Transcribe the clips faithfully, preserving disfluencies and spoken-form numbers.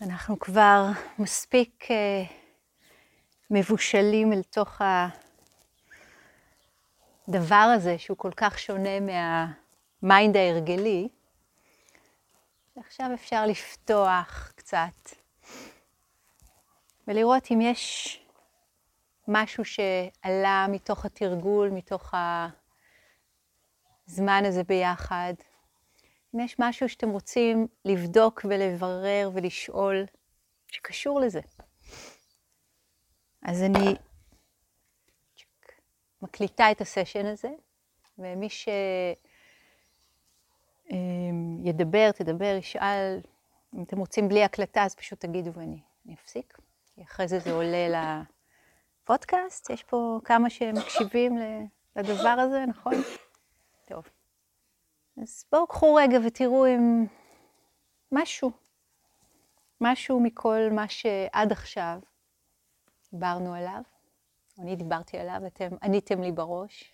אנחנו כבר מספיק uh, מבושלים אל תוך הדבר הזה, שהוא כל כך שונה מהמיינד ההרגלי. ועכשיו אפשר לפתוח קצת, ולראות אם יש משהו שעלה מתוך התרגול, מתוך הזמן הזה ביחד. אם יש משהו שאתם רוצים לבדוק ולברר ולשאול שקשור לזה. אז אני מקליטה את הסשן הזה, ומי שידבר, תדבר, ישאל, אם אתם רוצים בלי הקלטה, אז פשוט תגידו ואני אני אפסיק. כי אחרי זה זה עולה לפודקאסט, יש פה כמה שמקשיבים לדבר הזה, נכון? טוב. אז בואו קחו רגע ותראו אם משהו, משהו מכל מה שעד עכשיו דיברנו עליו, אני דיברתי עליו, אתם עניתם לי בראש,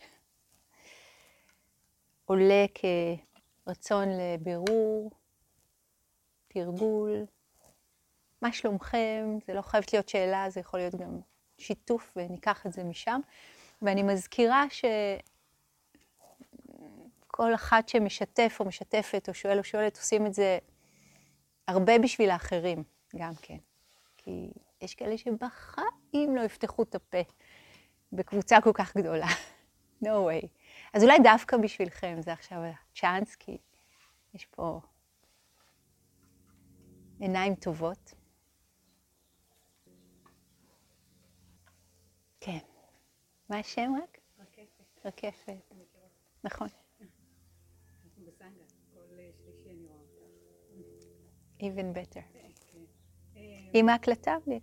עולה כרצון לבירור, תרגול, מה שלומכם, זה לא חייבת להיות שאלה, זה יכול להיות גם שיתוף וניקח את זה משם, ואני מזכירה ש... כל אחת שמשתף או משתפת או שואל או שואלת, עושים את זה הרבה בשביל האחרים, גם כן. כי יש כאלה שבחיים לא יפתחו את הפה בקבוצה כל כך גדולה. No way. אז אולי דווקא בשבילכם, זה עכשיו הצ'אנס, כי יש פה עיניים טובות. כן. מה השם רק? רקפת. רקפת. נכון. even better. עם ההקלטה? אני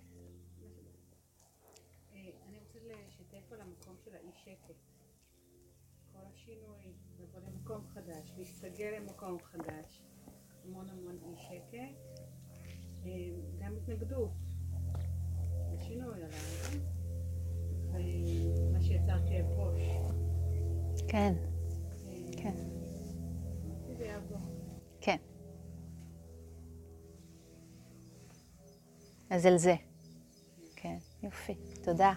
רוצה לשתף על המקום של האי שקט. כל השינוי, לבוא למקום חדש, להסתגל למקום חדש. המון המון אי שקט. גם התנגדות. לשינוי עליי. ומה שיצר כאב ראש. כן. כן. זה יעבור. כן. אז על זה. כן, יופי, תודה.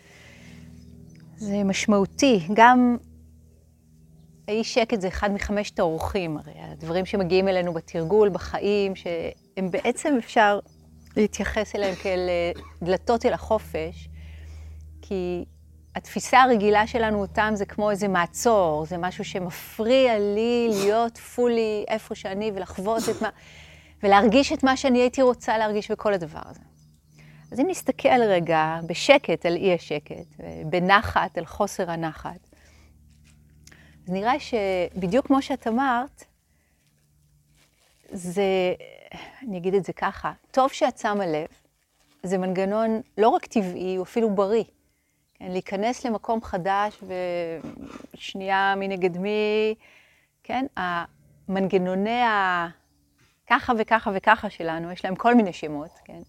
זה משמעותי, גם האי שקט זה אחד מחמשת האורחים, הרי הדברים שמגיעים אלינו בתרגול, בחיים, שהם בעצם אפשר להתייחס אליהם כאל דלתות אל החופש, כי התפיסה הרגילה שלנו אותם זה כמו איזה מעצור, זה משהו שמפריע לי להיות פולי איפה שאני ולחוות את מה... ולהרגיש את מה שאני הייתי רוצה להרגיש בכל הדבר הזה. אז אם נסתכל רגע בשקט על אי השקט, בנחת על חוסר הנחת, אז נראה שבדיוק כמו שאת אמרת, זה, אני אגיד את זה ככה, טוב שאת שמה לב, זה מנגנון לא רק טבעי, הוא אפילו בריא. כן, להיכנס למקום חדש ושנייה מנגד מי, כן, המנגנוני ה... ככה וככה וככה שלנו, יש להם כל מיני שמות, כן?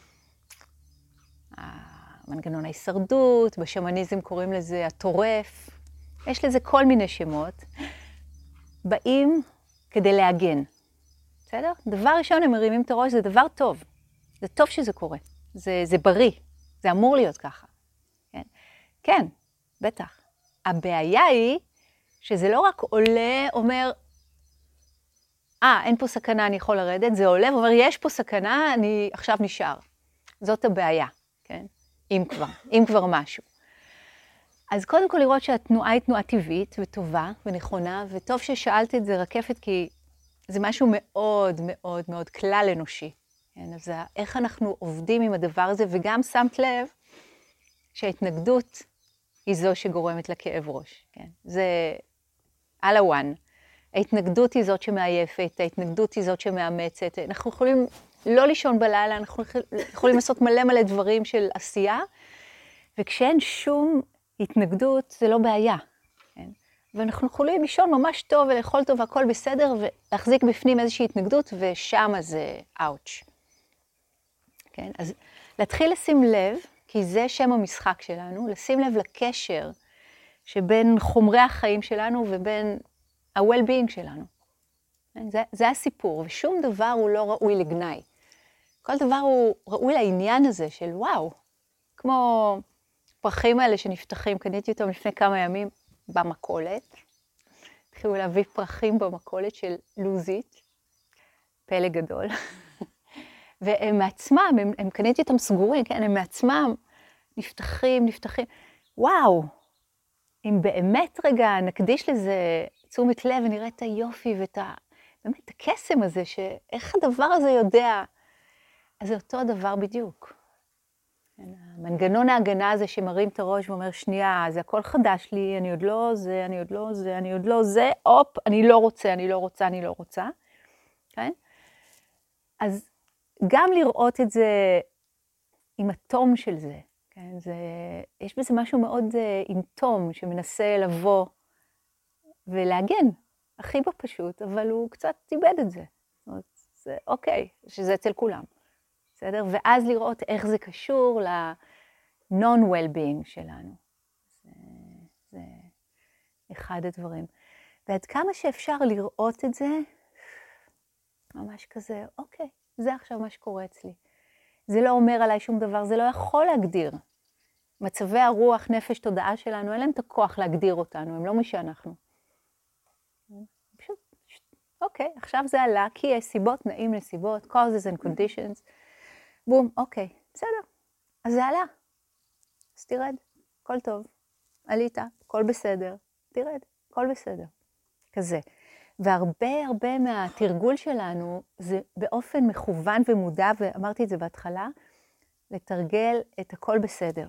המנגנון ההישרדות, בשמניזם קוראים לזה הטורף, יש לזה כל מיני שמות, באים כדי להגן, בסדר? דבר ראשון, הם מרימים את הראש, זה דבר טוב, זה טוב שזה קורה, זה, זה בריא, זה אמור להיות ככה, כן? כן, בטח. הבעיה היא שזה לא רק עולה, אומר, אה, אין פה סכנה, אני יכול לרדת, זה עולה, ואומר, יש פה סכנה, אני עכשיו נשאר. זאת הבעיה, כן? אם כבר, אם כבר משהו. אז קודם כל לראות שהתנועה היא תנועה טבעית וטובה ונכונה, וטוב ששאלת את זה רקפת, כי זה משהו מאוד מאוד מאוד כלל אנושי. כן? אז איך אנחנו עובדים עם הדבר הזה, וגם שמת לב שההתנגדות היא זו שגורמת לכאב ראש. כן? זה על הוואן. ההתנגדות היא זאת שמעייפת, ההתנגדות היא זאת שמאמצת. אנחנו יכולים לא לישון בלילה, אנחנו יכולים לעשות מלא מלא דברים של עשייה, וכשאין שום התנגדות, זה לא בעיה. כן? ואנחנו יכולים לישון ממש טוב ולאכול טוב והכל בסדר, ולהחזיק בפנים איזושהי התנגדות, ושם זה אאוץ'. כן? אז להתחיל לשים לב, כי זה שם המשחק שלנו, לשים לב לקשר שבין חומרי החיים שלנו ובין ה-well-being שלנו. זה, זה הסיפור, ושום דבר הוא לא ראוי לגנאי. כל דבר הוא ראוי לעניין הזה של וואו, כמו פרחים האלה שנפתחים, קניתי אותם לפני כמה ימים במכולת. התחילו להביא פרחים במכולת של לוזית, פלא גדול. והם מעצמם, הם, הם קניתי אותם סגורים, כן, הם מעצמם נפתחים, נפתחים. וואו, אם באמת רגע נקדיש לזה תשומת לב ונראה את היופי ואת ה... באמת הקסם הזה, שאיך הדבר הזה יודע, אז זה אותו הדבר בדיוק. המנגנון ההגנה הזה שמרים את הראש ואומר, שנייה, זה הכל חדש לי, אני עוד לא זה, אני עוד לא זה, אני עוד לא זה, אופ, אני לא רוצה, אני לא רוצה, אני לא רוצה. כן? אז גם לראות את זה עם התום של זה, כן? זה, יש בזה משהו מאוד uh, עם תום שמנסה לבוא ולהגן, הכי בפשוט, אבל הוא קצת איבד את זה. זאת אומרת, זה אוקיי, שזה אצל כולם. בסדר? ואז לראות איך זה קשור ל-non-well-being שלנו. זה, זה אחד הדברים. ועד כמה שאפשר לראות את זה, ממש כזה, אוקיי, זה עכשיו מה שקורה אצלי. זה לא אומר עליי שום דבר, זה לא יכול להגדיר. מצבי הרוח, נפש, תודעה שלנו, אין להם את הכוח להגדיר אותנו, הם לא מי שאנחנו. פשוט, אוקיי, עכשיו זה עלה, כי יש סיבות, נעים לסיבות, causes and conditions. בום, אוקיי, בסדר. אז זה עלה. אז תרד, הכל טוב. עלית, הכל בסדר. תרד, הכל בסדר. כזה. והרבה הרבה מהתרגול שלנו זה באופן מכוון ומודע, ואמרתי את זה בהתחלה, לתרגל את הכל בסדר.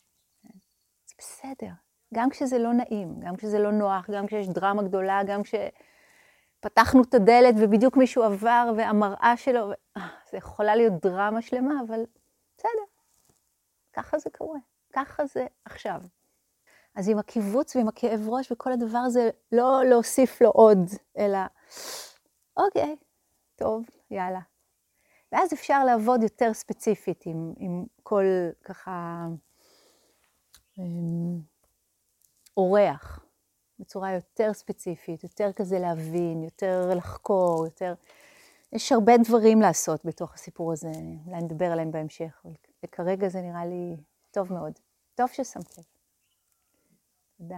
זה בסדר. גם כשזה לא נעים, גם כשזה לא נוח, גם כשיש דרמה גדולה, גם כשפתחנו את הדלת ובדיוק מישהו עבר והמראה שלו, זה יכולה להיות דרמה שלמה, אבל בסדר. ככה זה קורה. ככה זה עכשיו. אז עם הקיבוץ ועם הכאב ראש וכל הדבר הזה, לא להוסיף לו עוד, אלא, אוקיי, טוב, יאללה. ואז אפשר לעבוד יותר ספציפית עם, עם כל ככה עם, אורח, בצורה יותר ספציפית, יותר כזה להבין, יותר לחקור, יותר... יש הרבה דברים לעשות בתוך הסיפור הזה, אולי נדבר עליהם בהמשך, וכרגע זה נראה לי טוב מאוד. טוב ששמת לב. תודה.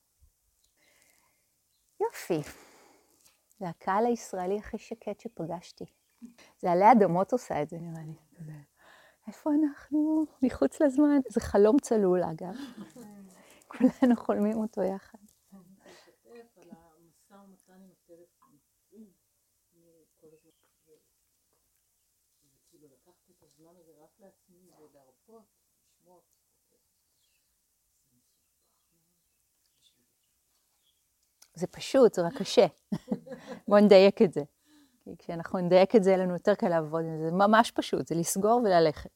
יופי. זה הקהל הישראלי הכי שקט שפגשתי. זה עלי אדמות עושה את זה, נראה לי. איפה אנחנו? מחוץ לזמן? זה חלום צלול, אגב. כולנו חולמים אותו יחד. אני משתף על המשא ומתן עם הטלפון. כאילו לקחתי את הזמן הזה רק לעצמי ולהרפות, לשמוע. זה פשוט, זה רק קשה. בואו נדייק את זה. כי כשאנחנו נדייק את זה, יהיה לנו יותר קל לעבוד עם זה. זה ממש פשוט, זה לסגור וללכת.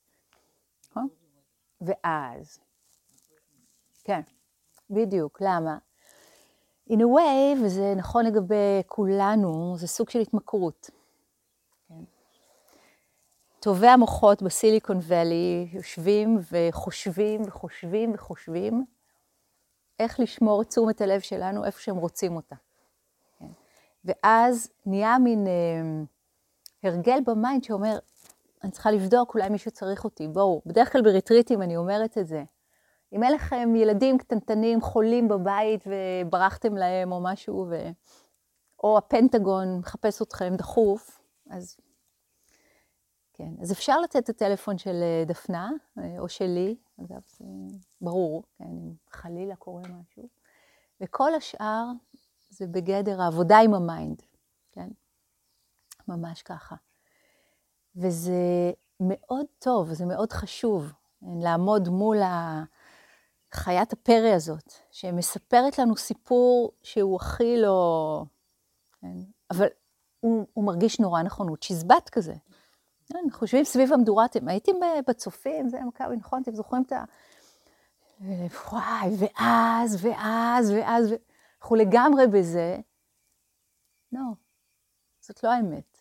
ואז. כן, בדיוק. למה? In a way, וזה נכון לגבי כולנו, זה סוג של התמכרות. כן. טובי המוחות בסיליקון ואלי יושבים וחושבים וחושבים וחושבים, איך לשמור את תשומת הלב שלנו איפה שהם רוצים אותה. כן. ואז נהיה מין אה, הרגל במיינד שאומר, אני צריכה לבדוק, אולי מישהו צריך אותי. בואו, בדרך כלל בריטריטים אני אומרת את זה. אם אין לכם ילדים קטנטנים חולים בבית וברחתם להם או משהו, ו... או הפנטגון מחפש אתכם דחוף, אז כן, אז אפשר לתת את הטלפון של דפנה, או שלי, אגב, זה ברור, כן, אם חלילה קורה משהו. וכל השאר זה בגדר העבודה עם המיינד, כן? ממש ככה. וזה מאוד טוב, זה מאוד חשוב, לעמוד מול חיית הפרא הזאת, שמספרת לנו סיפור שהוא הכי לא... כן? אבל הוא, הוא מרגיש נורא נכון, הוא צ'יזבט כזה. אנחנו חושבים סביב המדורה, אתם הייתם בצופים, זה מכבי, נכון? אתם זוכרים את ה... וואי, ואז, ואז, ואז, אנחנו לגמרי בזה. לא, זאת לא האמת.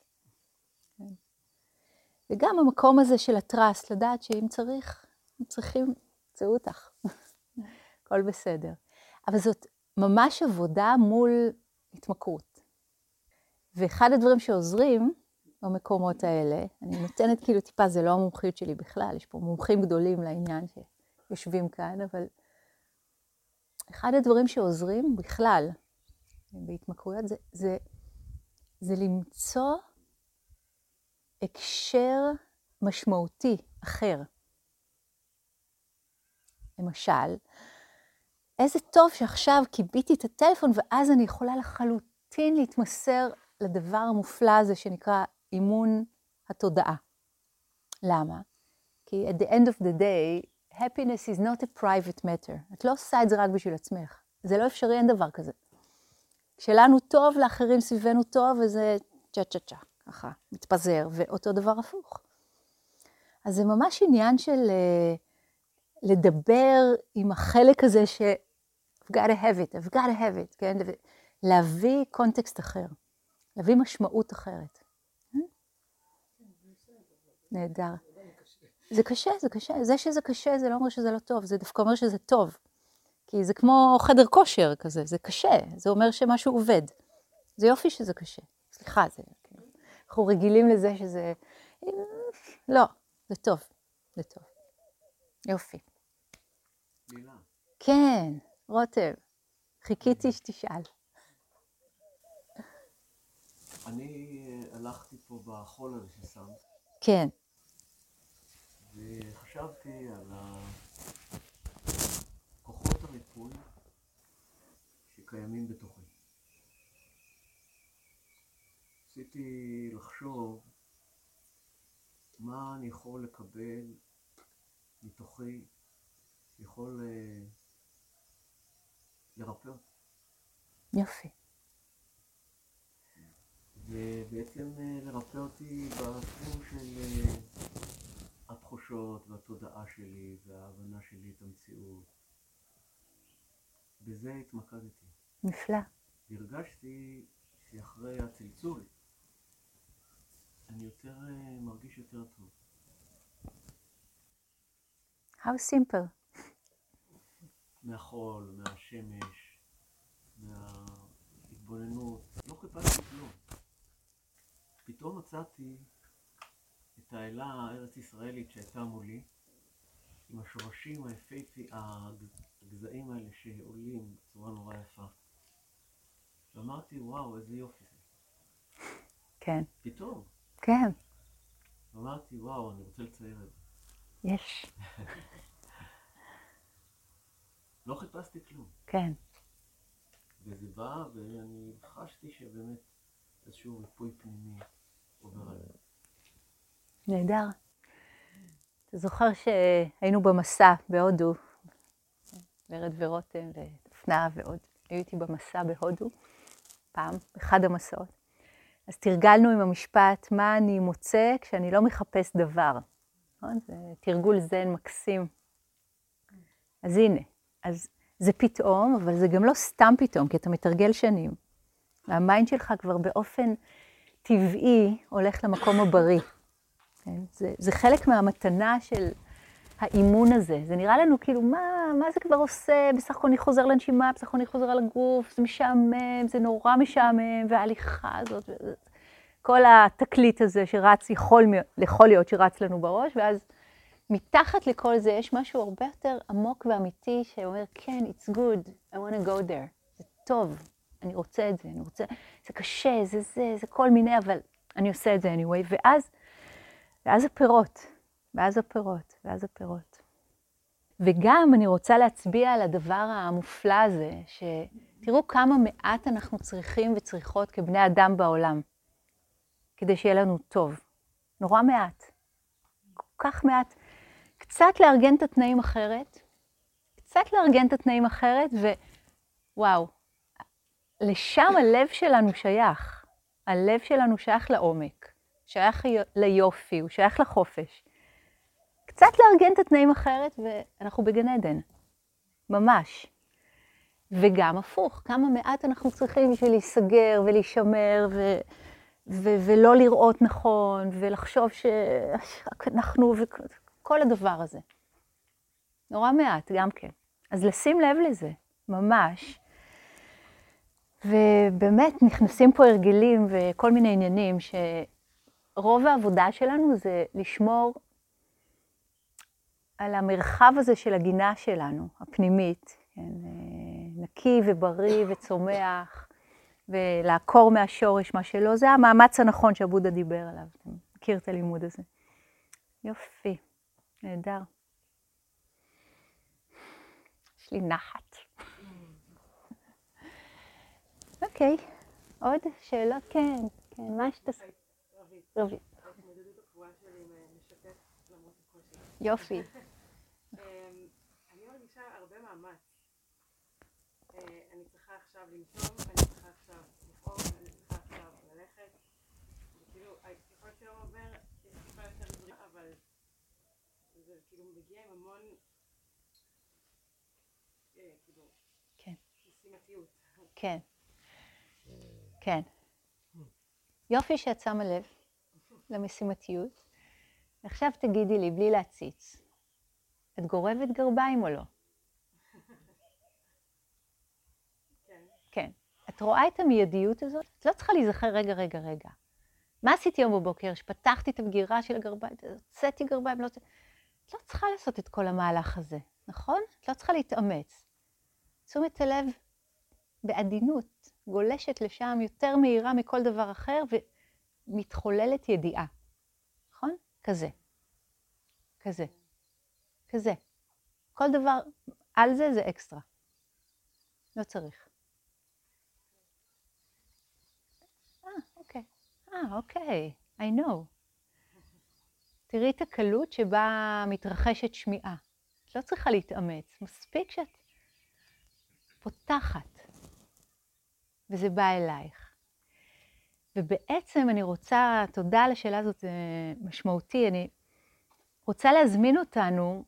וגם המקום הזה של הטרס, לדעת שאם צריך, אם צריכים, צאו אותך. הכל בסדר. אבל זאת ממש עבודה מול התמכרות. ואחד הדברים שעוזרים, במקומות האלה. אני נותנת כאילו טיפה, זה לא המומחיות שלי בכלל, יש פה מומחים גדולים לעניין שיושבים כאן, אבל אחד הדברים שעוזרים בכלל בהתמכרויות זה, זה, זה למצוא הקשר משמעותי אחר. למשל, איזה טוב שעכשיו קיביתי את הטלפון ואז אני יכולה לחלוטין להתמסר לדבר המופלא הזה שנקרא אימון התודעה. למה? כי at the end of the day, happiness is not a private matter. את לא עושה את זה רק בשביל עצמך. זה לא אפשרי, אין דבר כזה. כשלנו טוב, לאחרים סביבנו טוב, וזה צ'ה צ'ה צ'ה, ככה, מתפזר, ואותו דבר הפוך. אז זה ממש עניין של uh, לדבר עם החלק הזה ש- I've got to have it, I've got to have it, כן? להביא קונטקסט אחר, להביא משמעות אחרת. נהדר. זה קשה, זה קשה. זה שזה קשה, זה לא אומר שזה לא טוב, זה דווקא אומר שזה טוב. כי זה כמו חדר כושר כזה, זה קשה, זה אומר שמשהו עובד. זה יופי שזה קשה. סליחה, זה... אנחנו רגילים לזה שזה... לא, זה טוב, זה טוב. יופי. לילה. כן, רותם, חיכיתי שתשאל. אני הלכתי פה בחול הזה ששמת, כן. וחשבתי על כוחות הריפוי שקיימים בתוכי. רציתי לחשוב מה אני יכול לקבל מתוכי שיכול uh, לרפא אותי. יופי. ובעצם uh, לרפא אותי בתחום של uh, התחושות והתודעה שלי וההבנה שלי את המציאות. בזה התמקדתי. נפלא. והרגשתי שאחרי הצלצול אני יותר uh, מרגיש יותר טוב. How simple. מהחול, מהשמש, מההתבוננות, לא חיפשתי כלום. פתאום מצאתי את האלה הארץ ישראלית שהייתה מולי, עם השורשים היפהפי, הגזעים האלה שעולים בצורה נורא יפה. ואמרתי, וואו, איזה יופי זה. כן. פתאום. כן. ואמרתי, וואו, אני רוצה לצייר את זה. יש. לא חיפשתי כלום. כן. וזה בא, ואני חשתי שבאמת איזשהו ריפוי פנימי עובר עליי. נהדר. אתה זוכר שהיינו במסע בהודו, ורד ורותם ודפנה ועוד, היו איתי במסע בהודו, פעם, באחד המסעות. אז תרגלנו עם המשפט, מה אני מוצא כשאני לא מחפש דבר. זה תרגול זן מקסים. אז הנה, אז זה פתאום, אבל זה גם לא סתם פתאום, כי אתה מתרגל שנים. והמיינד שלך כבר באופן טבעי הולך למקום הבריא. כן? זה, זה חלק מהמתנה של האימון הזה. זה נראה לנו כאילו, מה, מה זה כבר עושה? בסך הכל אני חוזר לנשימה, בסך הכל אני חוזר על הגוף, זה משעמם, זה נורא משעמם, וההליכה הזאת, כל התקליט הזה שרץ, יכול, יכול להיות שרץ לנו בראש, ואז מתחת לכל זה יש משהו הרבה יותר עמוק ואמיתי שאומר, כן, it's good, I want to go there. זה טוב, אני רוצה את זה, אני רוצה, זה קשה, זה זה, זה כל מיני, אבל אני עושה את זה anyway. ואז, ואז הפירות, ואז הפירות, ואז הפירות. וגם אני רוצה להצביע על הדבר המופלא הזה, שתראו כמה מעט אנחנו צריכים וצריכות כבני אדם בעולם, כדי שיהיה לנו טוב. נורא מעט. כל כך מעט. קצת לארגן את התנאים אחרת, קצת לארגן את התנאים אחרת, ווואו, לשם הלב שלנו שייך. הלב שלנו שייך לעומק, שייך ליופי, הוא שייך לחופש. קצת לארגן את התנאים אחרת, ואנחנו בגן עדן. ממש. וגם הפוך, כמה מעט אנחנו צריכים בשביל להיסגר ולהישמר, ו... ו- ולא לראות נכון, ולחשוב שאנחנו, וכל הדבר הזה. נורא מעט, גם כן. אז לשים לב לזה, ממש. ובאמת נכנסים פה הרגלים וכל מיני עניינים רוב העבודה שלנו זה לשמור על המרחב הזה של הגינה שלנו, הפנימית, כן, נקי ובריא וצומח, ולעקור מהשורש מה שלא, זה המאמץ הנכון שהבודה דיבר עליו. אתה מכיר את הלימוד הזה. יופי, נהדר. יש לי נחת. אוקיי, עוד שאלות? כן, כן, מה שתעשו? רבי. ההתמודדות הקבועה שלי עם משתף למרות הקושי. יופי. אני מרגישה הרבה מאמץ. אני צריכה עכשיו לנשום, אני צריכה עכשיו לפעול, אני צריכה עכשיו ללכת. וכאילו, ככל שיום עובר, יש טיפה יותר בריאה, אבל זה כאילו מגיע עם המון, כאילו, כן. משימתיות. כן. כן. יופי שאת שמה לב למשימתיות. עכשיו תגידי לי, בלי להציץ, את גורבת גרביים או לא? כן. כן. את רואה את המיידיות הזאת? את לא צריכה להיזכר, רגע, רגע, רגע. מה עשיתי יום בבוקר? שפתחתי את הבגירה של הגרביים, הוצאתי גרביים, לא... את לא צריכה לעשות את כל המהלך הזה, נכון? את לא צריכה להתאמץ. תשומת הלב בעדינות, גולשת לשם יותר מהירה מכל דבר אחר, ומתחוללת ידיעה. נכון? כזה. כזה. כזה. כל דבר על זה זה אקסטרה. לא צריך. אה, אוקיי. אה, אוקיי. I know. תראי את הקלות שבה מתרחשת שמיעה. את לא צריכה להתאמץ. מספיק שאת פותחת. וזה בא אלייך. ובעצם אני רוצה, תודה על השאלה הזאת, זה משמעותי, אני רוצה להזמין אותנו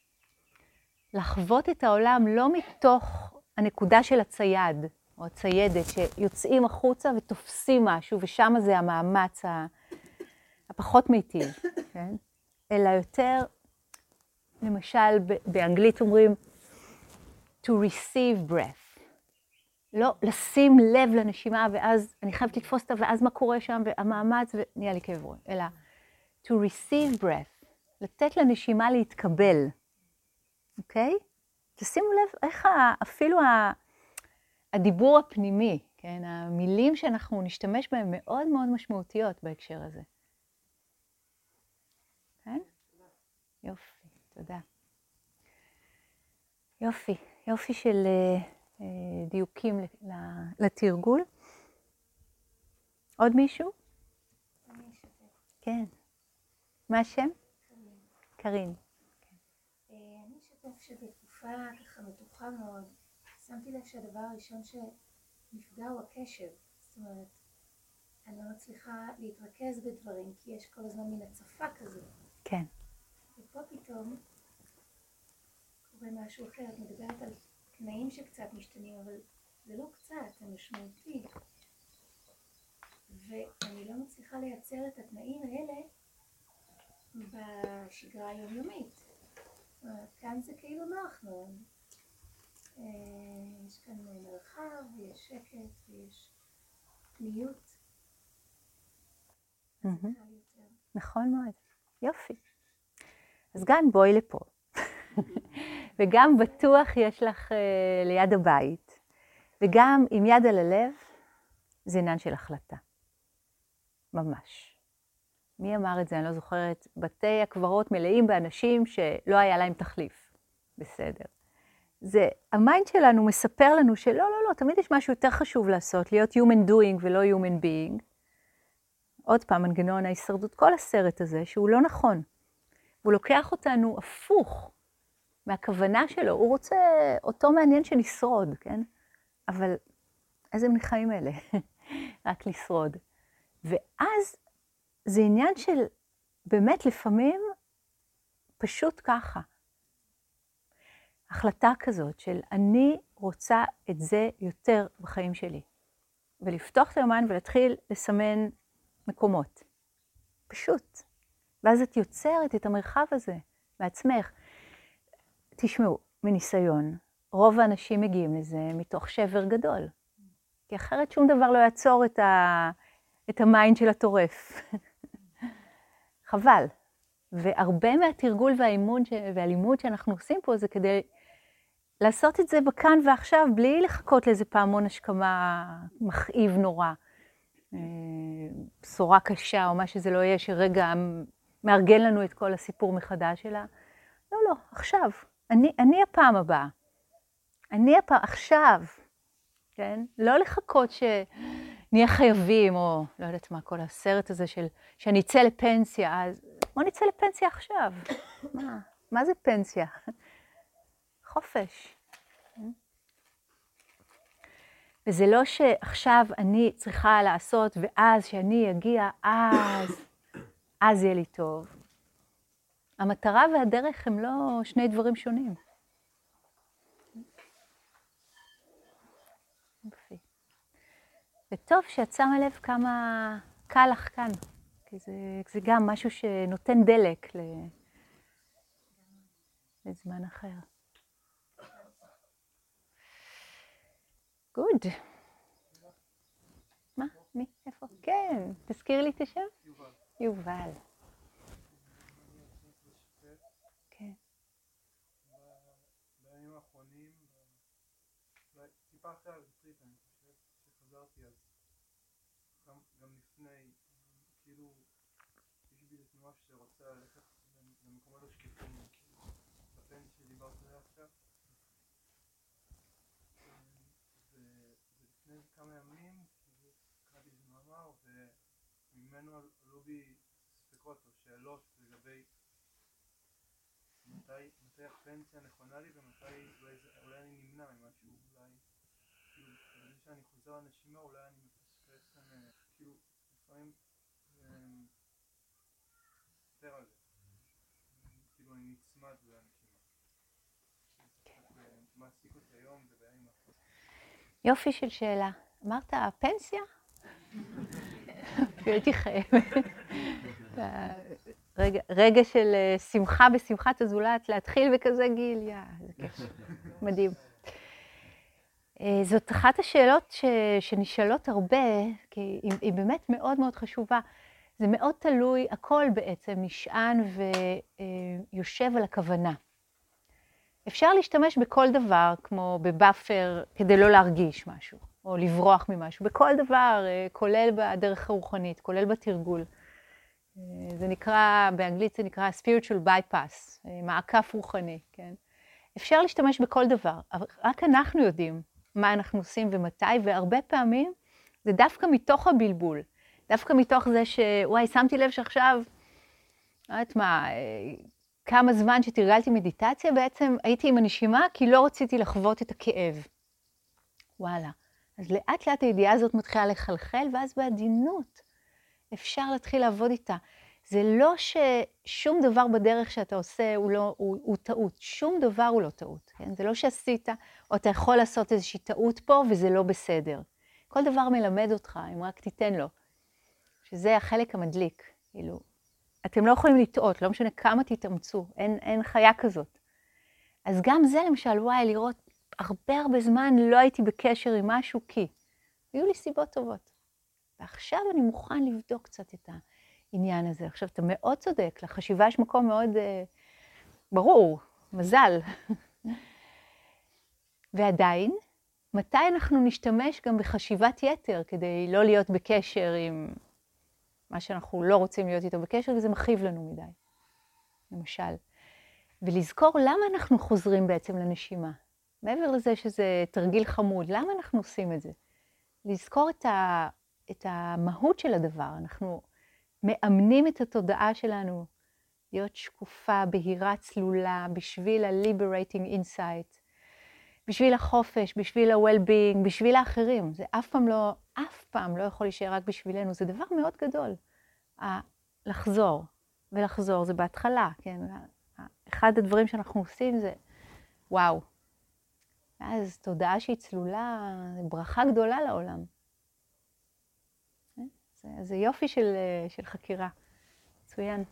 לחוות את העולם לא מתוך הנקודה של הצייד, או הציידת, שיוצאים החוצה ותופסים משהו, ושם זה המאמץ הפחות מיטיב, כן? אלא יותר, למשל, באנגלית אומרים, to receive breath. לא לשים לב לנשימה, ואז אני חייבת לתפוס אותה, ואז מה קורה שם, והמאמץ, ונהיה לי כאב ראש. אלא, to receive breath, לתת לנשימה להתקבל. אוקיי? תשימו לב איך אפילו הדיבור הפנימי, כן? המילים שאנחנו נשתמש בהן מאוד מאוד משמעותיות בהקשר הזה. כן? יופי, תודה. יופי, יופי של דיוקים לתרגול. עוד מישהו? אני אשתף. כן. מה השם? קרין. קרין. אני אשתף שבתקופה ככה מתוחה מאוד, שמתי לב שהדבר הראשון שנפגע הוא הקשב. זאת אומרת, אני לא מצליחה להתרכז בדברים, כי יש כל הזמן מין הצפה כזו. כן. ופה פתאום קורה משהו אחר. את מדברת על תנאים שקצת משתנים, אבל זה לא קצת, זה משמעותי. ואני לא מצליחה לייצר את התנאים האלה בשגרה היומיומית. זאת אומרת, כאן זה כאילו נוח מאוד. יש כאן מרחב, ויש שקט, ויש פניות. נכון מאוד. יופי. אז גם בואי לפה. וגם בטוח יש לך uh, ליד הבית. וגם עם יד על הלב, זה עניין של החלטה. ממש. מי אמר את זה? אני לא זוכרת. בתי הקברות מלאים באנשים שלא היה להם תחליף. בסדר. זה, המיינד שלנו מספר לנו שלא, לא, לא, תמיד יש משהו יותר חשוב לעשות, להיות human doing ולא human being. עוד פעם, מנגנון ההישרדות, כל הסרט הזה, שהוא לא נכון. הוא לוקח אותנו הפוך מהכוונה שלו. הוא רוצה, אותו מעניין שנשרוד, כן? אבל איזה מין חיים אלה? רק לשרוד. ואז זה עניין של, באמת לפעמים, פשוט ככה. החלטה כזאת של אני רוצה את זה יותר בחיים שלי. ולפתוח את היומן ולהתחיל לסמן מקומות. פשוט. ואז את יוצרת את המרחב הזה בעצמך. תשמעו, מניסיון, רוב האנשים מגיעים לזה מתוך שבר גדול. כי אחרת שום דבר לא יעצור את, ה... את המיינד של הטורף. חבל. והרבה מהתרגול והאימון והלימוד שאנחנו עושים פה זה כדי לעשות את זה בכאן ועכשיו, בלי לחכות לאיזה פעמון השכמה מכאיב נורא, בשורה קשה או מה שזה לא יהיה, שרגע מארגן לנו את כל הסיפור מחדש שלה. לא, לא, עכשיו. אני, אני הפעם הבאה. אני הפעם, עכשיו. כן? לא לחכות שנהיה חייבים, או לא יודעת מה, כל הסרט הזה של, שאני אצא לפנסיה, אז בוא נצא לפנסיה עכשיו. מה? מה זה פנסיה? חופש. וזה לא שעכשיו אני צריכה לעשות, ואז שאני אגיע, אז, אז יהיה לי טוב. המטרה והדרך הם לא שני דברים שונים. וטוב שאת שמה לב כמה קל לך כאן, כי זה, זה גם משהו שנותן דלק ל... לזמן אחר. גוד. מה? מי? איפה? כן, תזכיר לי את השם? יובל. יובל. כן. בימים האחרונים, טיפה אחרי הריטריט, אני חושב שחזרתי אז, גם, גם לפני, כאילו, יש בי תנועה שרוצה ללכת למקומות השקטים, בפן שדיברת עליה עכשיו. ולפני כמה ימים, קראתי איזה מאמר, וממנו עלו בי ספקות או שאלות לגבי מתי, מתי הפנסיה נכונה לי ומתי אולי, אולי אני נמנע ממשהו, אולי, כאילו, בגלל שאני חוזר לנשימה, אולי אני מפספס כאן, כאילו, לפעמים, יותר על זה, כאילו, אני נצמד לנשימה. זה מעסיק אותי היום ובימים האחרונים. יופי של שאלה. אמרת, הפנסיה? הייתי חייבת. רגע, רגע של שמחה בשמחת הזולת, להתחיל בכזה גיל, יא, זה כיף. מדהים. זאת אחת השאלות ש, שנשאלות הרבה, כי היא, היא באמת מאוד מאוד חשובה. זה מאוד תלוי, הכל בעצם נשען ויושב על הכוונה. אפשר להשתמש בכל דבר, כמו בבאפר, כדי לא להרגיש משהו, או לברוח ממשהו. בכל דבר, כולל בדרך הרוחנית, כולל בתרגול. זה נקרא, באנגלית זה נקרא spiritual bypass, מעקף רוחני, כן? אפשר להשתמש בכל דבר, אבל רק אנחנו יודעים מה אנחנו עושים ומתי, והרבה פעמים זה דווקא מתוך הבלבול. דווקא מתוך זה שוואי, שמתי לב שעכשיו, לא יודעת מה, כמה זמן שתרגלתי מדיטציה, בעצם הייתי עם הנשימה, כי לא רציתי לחוות את הכאב. וואלה. אז לאט לאט הידיעה הזאת מתחילה לחלחל, ואז בעדינות אפשר להתחיל לעבוד איתה. זה לא ששום דבר בדרך שאתה עושה הוא, לא, הוא, הוא טעות. שום דבר הוא לא טעות. כן? זה לא שעשית, או אתה יכול לעשות איזושהי טעות פה, וזה לא בסדר. כל דבר מלמד אותך, אם רק תיתן לו. שזה החלק המדליק. כאילו, אתם לא יכולים לטעות, לא משנה כמה תתאמצו, אין, אין חיה כזאת. אז גם זה למשל, וואי, לראות הרבה הרבה זמן לא הייתי בקשר עם משהו, כי היו לי סיבות טובות. ועכשיו אני מוכן לבדוק קצת את העניין הזה. עכשיו, אתה מאוד צודק, לחשיבה יש מקום מאוד אה, ברור, מזל. ועדיין, מתי אנחנו נשתמש גם בחשיבת יתר, כדי לא להיות בקשר עם מה שאנחנו לא רוצים להיות איתו בקשר, וזה מכאיב לנו מדי, למשל. ולזכור למה אנחנו חוזרים בעצם לנשימה. מעבר לזה שזה תרגיל חמוד, למה אנחנו עושים את זה? לזכור את, ה, את המהות של הדבר. אנחנו מאמנים את התודעה שלנו להיות שקופה, בהירה, צלולה, בשביל ה-liberating insight, בשביל החופש, בשביל ה-well-being, בשביל האחרים. זה אף פעם לא, אף פעם לא יכול להישאר רק בשבילנו. זה דבר מאוד גדול. לחזור ולחזור, זה בהתחלה, כן? אחד הדברים שאנחנו עושים זה, וואו. אז תודעה שהיא צלולה, זה ברכה גדולה לעולם. זה, זה יופי של, של חקירה. מצוין.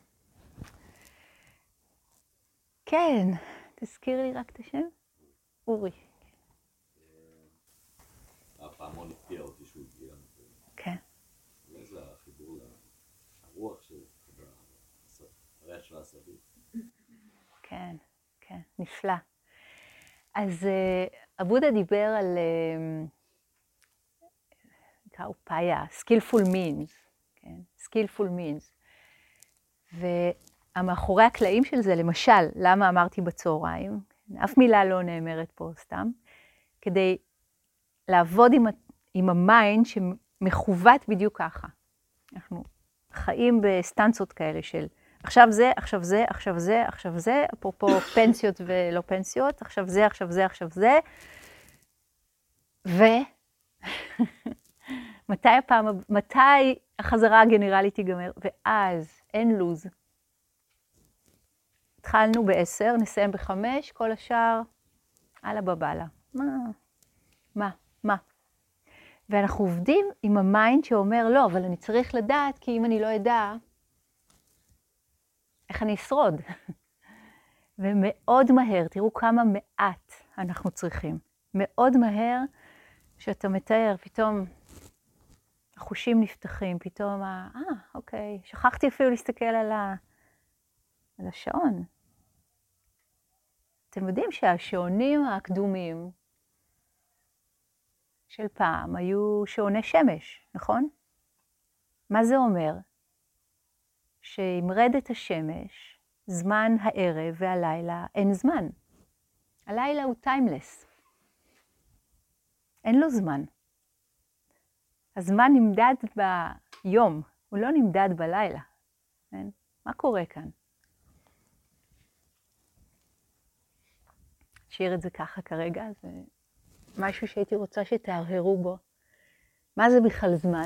כן, תזכיר לי רק את השם. אורי. הפעמון הפתיע אותי שהוא הגיע. כן. אולי זה החיבור לרוח של בעשבים. כן, כן, נפלא. אז uh, הבודה דיבר על, נקרא uh, אופאיה, skillful means, כן, skillful means. והמאחורי הקלעים של זה, למשל, למה אמרתי בצהריים, אף מילה לא נאמרת פה סתם, כדי לעבוד עם, עם המיינד שמכוות בדיוק ככה. אנחנו חיים בסטנצות כאלה של עכשיו זה, עכשיו זה, עכשיו זה, עכשיו זה, אפרופו פנסיות ולא פנסיות, עכשיו זה, עכשיו זה, עכשיו זה. ו... מתי הפעם, מתי החזרה הגנרלית תיגמר? ואז אין לוז. התחלנו בעשר, נסיים בחמש, כל השאר, הלאה בבאללה. מה? מה? מה? ואנחנו עובדים עם המיינד שאומר, לא, אבל אני צריך לדעת, כי אם אני לא אדע, איך אני אשרוד? ומאוד מהר, תראו כמה מעט אנחנו צריכים. מאוד מהר, שאתה מתאר, פתאום החושים נפתחים, פתאום, אה, אוקיי, שכחתי אפילו להסתכל על, ה... על השעון. אתם יודעים שהשעונים הקדומים של פעם היו שעוני שמש, נכון? מה זה אומר? שעם רדת השמש, זמן הערב והלילה אין זמן. הלילה הוא טיימלס. אין לו זמן. הזמן נמדד ביום, הוא לא נמדד בלילה. כן? מה קורה כאן? נשאיר את זה ככה כרגע, זה משהו שהייתי רוצה שתהרהרו בו. מה זה בכלל זמן?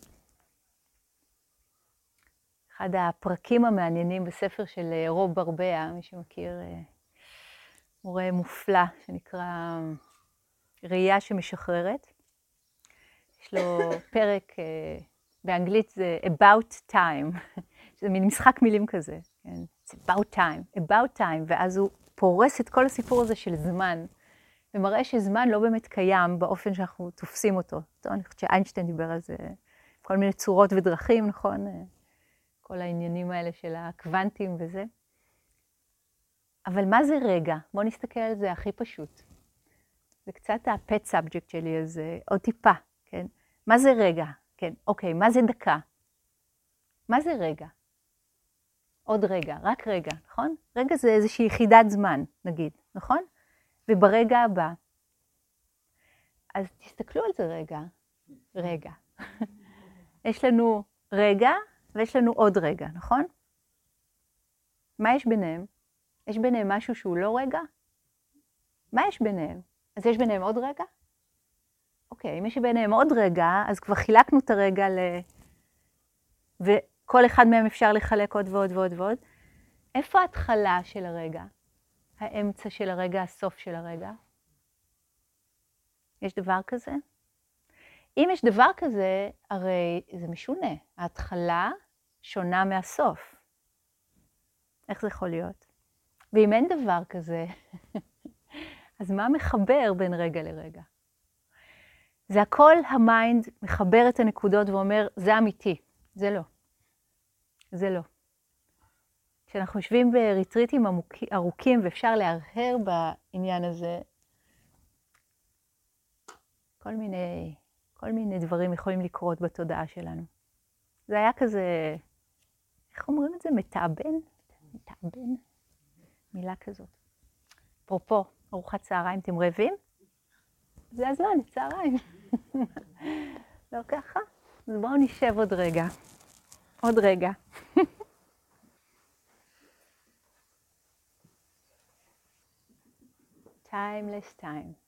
אחד הפרקים המעניינים בספר של רוב ברבע, מי שמכיר, מורה מופלא, שנקרא ראייה שמשחררת. יש לו פרק, באנגלית זה about time, שזה מין משחק מילים כזה, כן? It's about time, about time, ואז הוא פורס את כל הסיפור הזה של זמן, ומראה שזמן לא באמת קיים באופן שאנחנו תופסים אותו. טוב, אני חושבת שאיינשטיין דיבר על זה, כל מיני צורות ודרכים, נכון? כל העניינים האלה של הקוונטים וזה. אבל מה זה רגע? בואו נסתכל על זה הכי פשוט. זה קצת ה-pet subject שלי, אז עוד טיפה, כן? מה זה רגע? כן, אוקיי, מה זה דקה? מה זה רגע? עוד רגע, רק רגע, נכון? רגע זה איזושהי יחידת זמן, נגיד, נכון? וברגע הבא. אז תסתכלו על זה רגע, רגע. יש לנו רגע, ויש לנו עוד רגע, נכון? מה יש ביניהם? יש ביניהם משהו שהוא לא רגע? מה יש ביניהם? אז יש ביניהם עוד רגע? אוקיי, אם יש ביניהם עוד רגע, אז כבר חילקנו את הרגע ל... וכל אחד מהם אפשר לחלק עוד ועוד ועוד ועוד. איפה ההתחלה של הרגע? האמצע של הרגע, הסוף של הרגע? יש דבר כזה? אם יש דבר כזה, הרי זה משונה. ההתחלה שונה מהסוף. איך זה יכול להיות? ואם אין דבר כזה, אז מה מחבר בין רגע לרגע? זה הכל המיינד מחבר את הנקודות ואומר, זה אמיתי. זה לא. זה לא. כשאנחנו יושבים בריטריטים ארוכים ואפשר להרהר בעניין הזה, כל מיני, כל מיני דברים יכולים לקרות בתודעה שלנו. זה היה כזה, איך אומרים את זה? מתאבן? מתאבן? מילה כזאת. אפרופו, ארוחת צהריים, אתם רעבים? זה הזמן, צהריים. לא ככה? אז בואו נשב עוד רגע. עוד רגע. Timeless time.